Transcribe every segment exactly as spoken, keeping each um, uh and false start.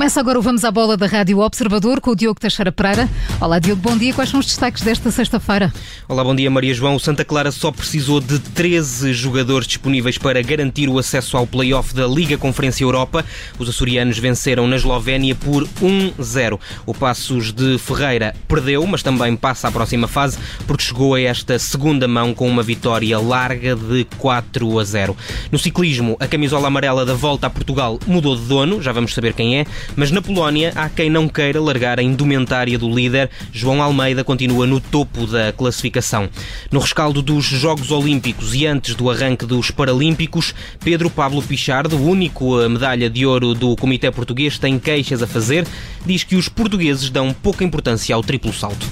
Começa agora o Vamos à Bola da Rádio Observador com o Diogo Teixeira Pereira. Olá Diogo, bom dia. Quais são os destaques desta sexta-feira? Olá, bom dia Maria João. O Santa Clara só precisou de treze jogadores disponíveis para garantir o acesso ao play-off da Liga Conferência Europa. Os açorianos venceram na Eslovénia por um zero. O Paços de Ferreira perdeu, mas também passa à próxima fase porque chegou a esta segunda mão com uma vitória larga de quatro a zero. No ciclismo, a camisola amarela da Volta a Portugal mudou de dono, já vamos saber quem é, mas na Polónia há quem não queira largar a indumentária do líder. João Almeida continua no topo da classificação. No rescaldo dos Jogos Olímpicos e antes do arranque dos Paralímpicos, Pedro Pablo Pichardo, o único medalha de ouro do Comitê Português, tem queixas a fazer. Diz que os portugueses dão pouca importância ao triplo salto.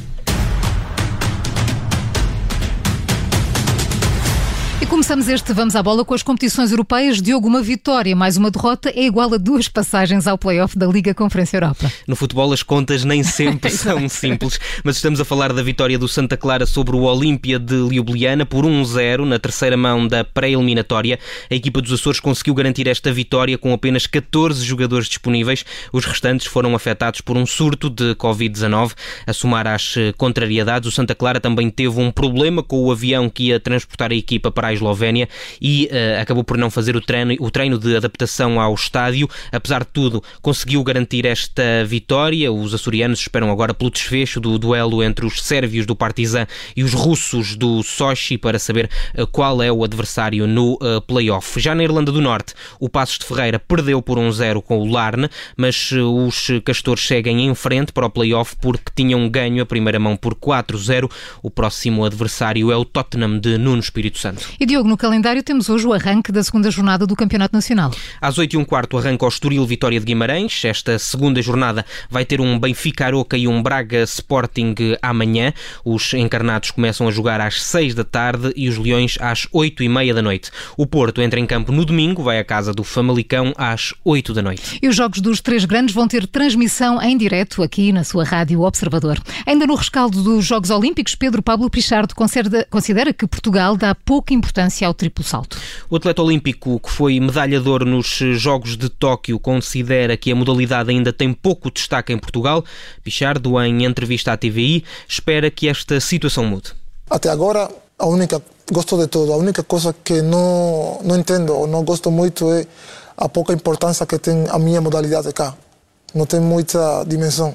E começamos este Vamos à Bola com as competições europeias. Diogo, uma vitória mais uma derrota é igual a duas passagens ao play-off da Liga Conferência Europa. No futebol as contas nem sempre são simples, mas estamos a falar da vitória do Santa Clara sobre o Olímpia de Ljubljana por um zero na terceira mão da pré-eliminatória. A equipa dos Açores conseguiu garantir esta vitória com apenas catorze jogadores disponíveis. Os restantes foram afetados por um surto de covid dezanove. A somar às contrariedades, o Santa Clara também teve um problema com o avião que ia transportar a equipa para a Eslovénia e uh, acabou por não fazer o treino, o treino de adaptação ao estádio. Apesar de tudo, conseguiu garantir esta vitória. Os açorianos esperam agora pelo desfecho do duelo entre os sérvios do Partizan e os russos do Sochi para saber uh, qual é o adversário no uh, play-off. Já na Irlanda do Norte, o Paços de Ferreira perdeu por um zero com o Larne, mas uh, os castores seguem em frente para o play-off porque tinham ganho a primeira mão por quatro a zero. O próximo adversário é o Tottenham de Nuno Espírito Santo. E Diogo, no calendário temos hoje o arranque da segunda jornada do Campeonato Nacional. Às oito e um quarto arranca o Estoril Vitória de Guimarães. Esta segunda jornada vai ter um Benfica Aroca e um Braga Sporting amanhã. Os encarnados começam a jogar às seis da tarde e os Leões às oito e meia da noite. O Porto entra em campo no domingo, vai à casa do Famalicão às oito da noite. E os jogos dos três grandes vão ter transmissão em direto aqui na sua Rádio Observador. Ainda no rescaldo dos Jogos Olímpicos, Pedro Pablo Pichardo considera que Portugal dá pouca importância ao triplo salto. O atleta olímpico que foi medalha de ouro nos Jogos de Tóquio considera que a modalidade ainda tem pouco destaque em Portugal. Pichardo, em entrevista à T V I, espera que esta situação mude. Até agora, a única, gosto de tudo, a única coisa que não, não entendo ou não gosto muito é a pouca importância que tem a minha modalidade cá. Não tem muita dimensão.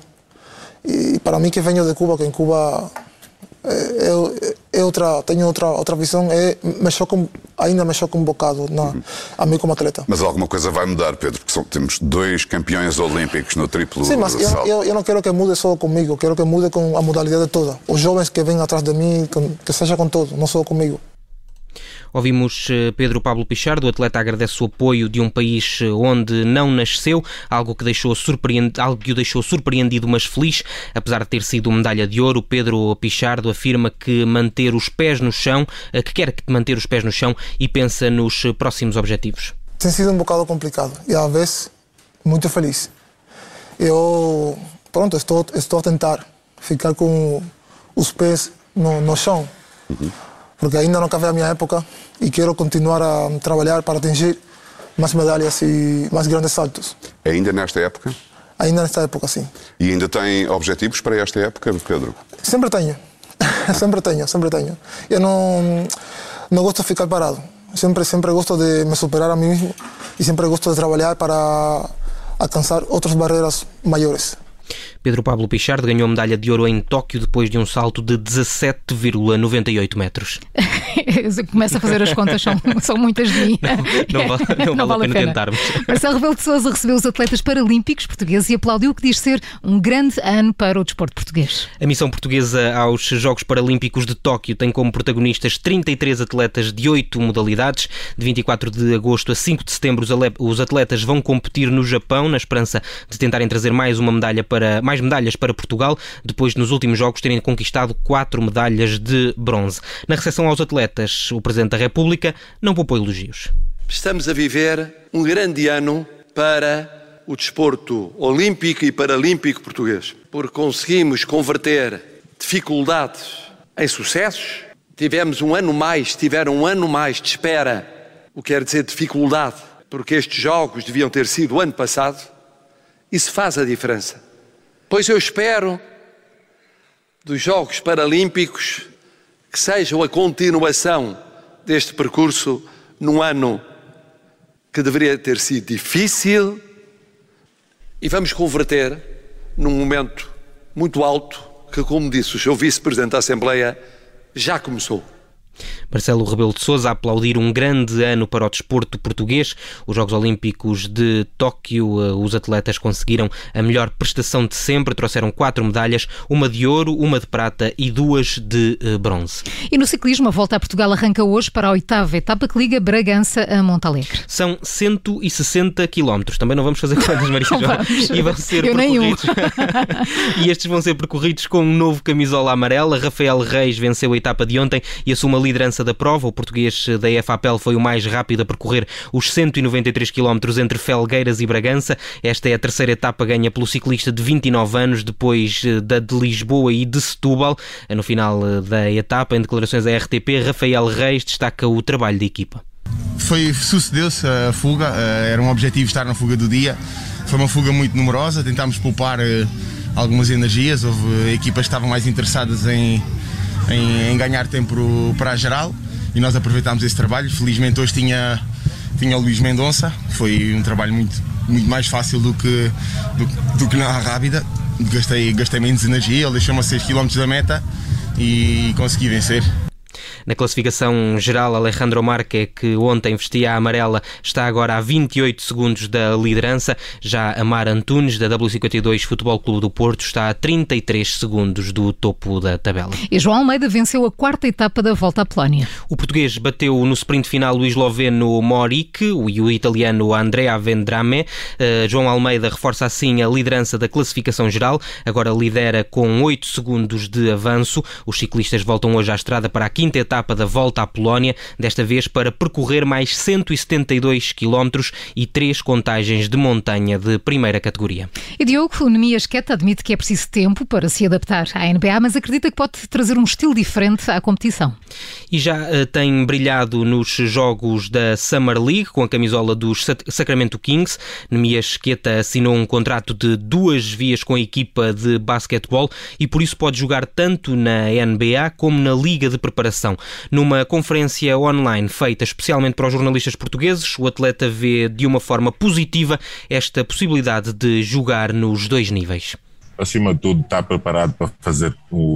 E para mim que venho de Cuba, que em Cuba é, é outra, tenho outra, outra visão, é, me choca, ainda me choca um bocado na, a mim como atleta. Mas alguma coisa vai mudar, Pedro, porque são, temos dois campeões olímpicos no triplo salto. Sim, mas eu, eu, eu não quero que mude só comigo, eu quero que mude com a modalidade toda. Os jovens que vêm atrás de mim, que seja com todos, não só comigo. Ouvimos Pedro Pablo Pichardo, o atleta agradece o apoio de um país onde não nasceu, algo que, deixou surpreend... algo que o deixou surpreendido, mas feliz. Apesar de ter sido medalha de ouro, Pedro Pichardo afirma que manter os pés no chão, que quer manter os pés no chão e pensa nos próximos objetivos. Tem sido um bocado complicado e às vezes muito feliz. Eu, pronto, estou, estou a tentar ficar com os pés no, no chão. Uhum. Porque ainda não acabei a minha época e quero continuar a trabalhar para atingir mais medalhas e mais grandes saltos. Ainda nesta época? Ainda nesta época, sim. E ainda tem objetivos para esta época, Pedro? Sempre tenho. sempre tenho, sempre tenho. Eu não, não gosto de ficar parado. Sempre, sempre gosto de me superar a mim mesmo e sempre gosto de trabalhar para alcançar outras barreiras maiores. Pedro Pablo Pichardo ganhou medalha de ouro em Tóquio depois de um salto de dezassete vírgula noventa e oito metros. Eu começo a fazer as contas, são, são muitas de mim. Não, não, vale, não, não vale, vale a pena, pena tentarmos. Marcelo Rebelo de Sousa recebeu os atletas paralímpicos portugueses e aplaudiu o que diz ser um grande ano para o desporto português. A missão portuguesa aos Jogos Paralímpicos de Tóquio tem como protagonistas trinta e três atletas de oito modalidades. De vinte e quatro de agosto a cinco de setembro, os atletas vão competir no Japão, na esperança de tentarem trazer mais uma medalha para, mais medalhas para Portugal, depois nos últimos Jogos terem conquistado quatro medalhas de bronze. Na recepção aos atletas, o Presidente da República não poupou elogios. Estamos a viver um grande ano para o desporto olímpico e paralímpico português, porque conseguimos converter dificuldades em sucessos. Tivemos um ano mais, tiveram um ano mais de espera, o que quer dizer dificuldade, porque estes jogos deviam ter sido o ano passado, Isso faz a diferença. Pois eu espero dos Jogos Paralímpicos que sejam a continuação deste percurso num ano que deveria ter sido difícil, e vamos converter num momento muito alto que, como disse o seu vice-presidente da Assembleia, já começou. Marcelo Rebelo de Sousa a aplaudir um grande ano para o desporto português. Os Jogos Olímpicos de Tóquio, os atletas conseguiram a melhor prestação de sempre, trouxeram quatro medalhas, uma de ouro, uma de prata e duas de bronze. E no ciclismo, a Volta a Portugal arranca hoje para a oitava etapa que liga Bragança a Montalegre. São cento e sessenta quilómetros, também não vamos fazer contas, Maria João, e vão ser Eu percorridos. E estes vão ser percorridos com um novo camisola amarela. Rafael Reis venceu a etapa de ontem e assume a liderança da prova. O português da E F A P E L foi o mais rápido a percorrer os cento e noventa e três quilómetros entre Felgueiras e Bragança. Esta é a terceira etapa ganha pelo ciclista de vinte e nove anos, depois da de Lisboa e de Setúbal. No final da etapa, em declarações à R T P, Rafael Reis destaca o trabalho da equipa. Foi, sucedeu-se a fuga, era um objetivo estar na fuga do dia. Foi uma fuga muito numerosa, tentámos poupar algumas energias. Houve equipas que estavam mais interessadas em Em, em ganhar tempo para a geral e nós aproveitámos esse trabalho. Felizmente hoje tinha, tinha o Luís Mendonça, foi um trabalho muito, muito mais fácil do que, do, do que na rápida. Gastei, gastei menos energia, ele deixou-me a seis quilómetros da meta e consegui vencer. Na classificação geral, Alejandro Marque, que ontem vestia a amarela, está agora a vinte e oito segundos da liderança. Já Amar Antunes, da W cinquenta e dois Futebol Clube do Porto, está a trinta e três segundos do topo da tabela. E João Almeida venceu a quarta etapa da Volta à Polónia. O português bateu no sprint final o esloveno Morik e o italiano Andrea Vendrame. Uh, João Almeida reforça assim a liderança da classificação geral, agora lidera com oito segundos de avanço. Os ciclistas voltam hoje à estrada para a quinta etapa da Volta à Polónia, desta vez para percorrer mais cento e setenta e dois quilómetros e três contagens de montanha de primeira categoria. E Diogo, o Nemias Queta admite que é preciso tempo para se adaptar à N B A, mas acredita que pode trazer um estilo diferente à competição. E já uh, tem brilhado nos jogos da Summer League com a camisola dos Sacramento Kings. Nemias Queta assinou um contrato de duas vias com a equipa de basquetebol e por isso pode jogar tanto na N B A como na Liga de Preparação. Numa conferência online feita especialmente para os jornalistas portugueses, o atleta vê de uma forma positiva esta possibilidade de jogar nos dois níveis. Acima de tudo, estar preparado para fazer,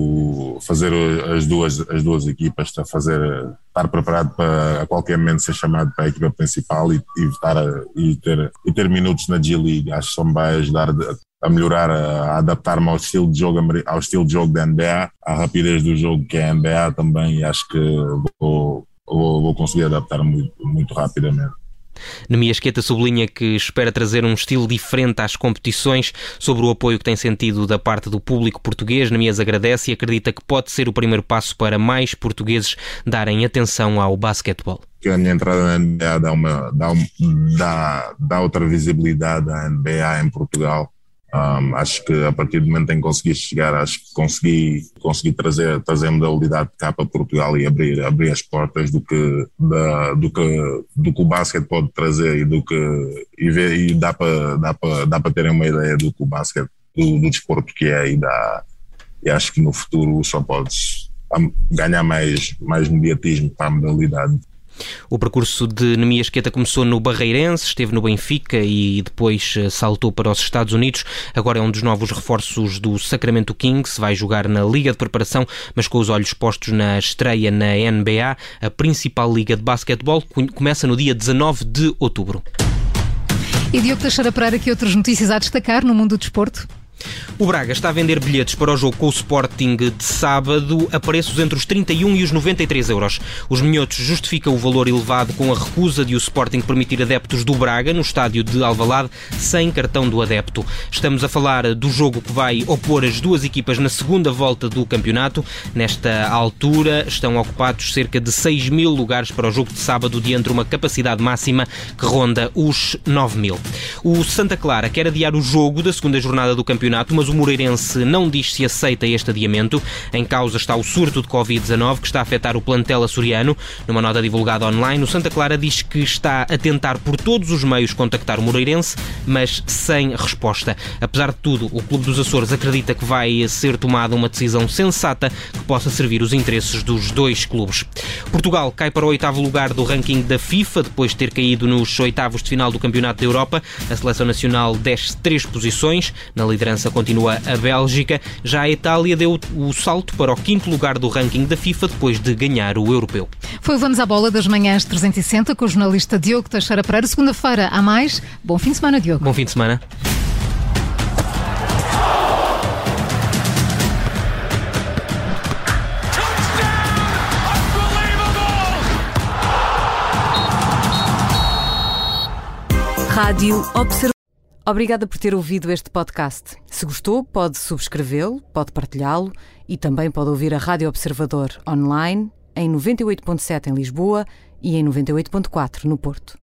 o, fazer as, duas, as duas equipas, a fazer, estar preparado para a qualquer momento ser chamado para a equipa principal e, e, estar a, e, ter, e ter minutos na G League. Acho que só me vai ajudar a melhorar, a adaptar-me ao estilo de jogo, ao estilo de jogo da N B A, à rapidez do jogo que é a N B A também, e acho que vou, vou, vou conseguir adaptar muito, muito rapidamente. Nemias Queta sublinha que espera trazer um estilo diferente às competições. Sobre o apoio que tem sentido da parte do público português, Nemias agradece e acredita que pode ser o primeiro passo para mais portugueses darem atenção ao basquetebol. Que a minha entrada na N B A dá, uma, dá, um, dá, dá outra visibilidade à N B A em Portugal. Um, acho que a partir do momento em que consegui chegar, acho que consegui, consegui trazer, trazer a modalidade de cá para Portugal e abrir, abrir as portas do que, da, do, que, do que o basquete pode trazer e, do que, e, ver, e dá para dá para, dá para terem uma ideia do que o basquete, do, do desporto que é, e, dá, e acho que no futuro só podes ganhar mais, mais mediatismo para a modalidade. O percurso de Nemias Queta começou no Barreirense, esteve no Benfica e depois saltou para os Estados Unidos. Agora é um dos novos reforços do Sacramento Kings, vai jogar na Liga de Preparação, mas com os olhos postos na estreia na N B A, a principal liga de basquetebol, começa no dia dezanove de outubro. E Diogo Teixeira Pereira, que outras notícias a destacar no mundo do desporto? O Braga está a vender bilhetes para o jogo com o Sporting de sábado a preços entre os trinta e um e os noventa e três euros. Os minhotos justificam o valor elevado com a recusa de o Sporting permitir adeptos do Braga no estádio de Alvalade sem cartão do adepto. Estamos a falar do jogo que vai opor as duas equipas na segunda volta do campeonato. Nesta altura estão ocupados cerca de seis mil lugares para o jogo de sábado, diante de uma capacidade máxima que ronda os nove mil. O Santa Clara quer adiar o jogo da segunda jornada do campeonato campeonato, mas o Moreirense não diz se aceita este adiamento. Em causa está o surto de covid dezanove que está a afetar o plantel açoriano. Numa nota divulgada online, o Santa Clara diz que está a tentar por todos os meios contactar o Moreirense, mas sem resposta. Apesar de tudo, o Clube dos Açores acredita que vai ser tomada uma decisão sensata que possa servir os interesses dos dois clubes. Portugal cai para o oitavo lugar do ranking da FIFA, depois de ter caído nos oitavos de final do Campeonato da Europa. A seleção nacional desce três posições. Na liderança continua a Bélgica. Já a Itália deu o salto para o quinto lugar do ranking da FIFA depois de ganhar o europeu. Foi o Vamos à Bola das Manhãs trezentos e sessenta com o jornalista Diogo Teixeira Pereira. Segunda-feira há mais. Bom fim de semana, Diogo. Bom fim de semana. Rádio Observador. Obrigada por ter ouvido este podcast. Se gostou, pode subscrevê-lo, pode partilhá-lo e também pode ouvir a Rádio Observador online em noventa e oito ponto sete em Lisboa e em noventa e oito ponto quatro no Porto.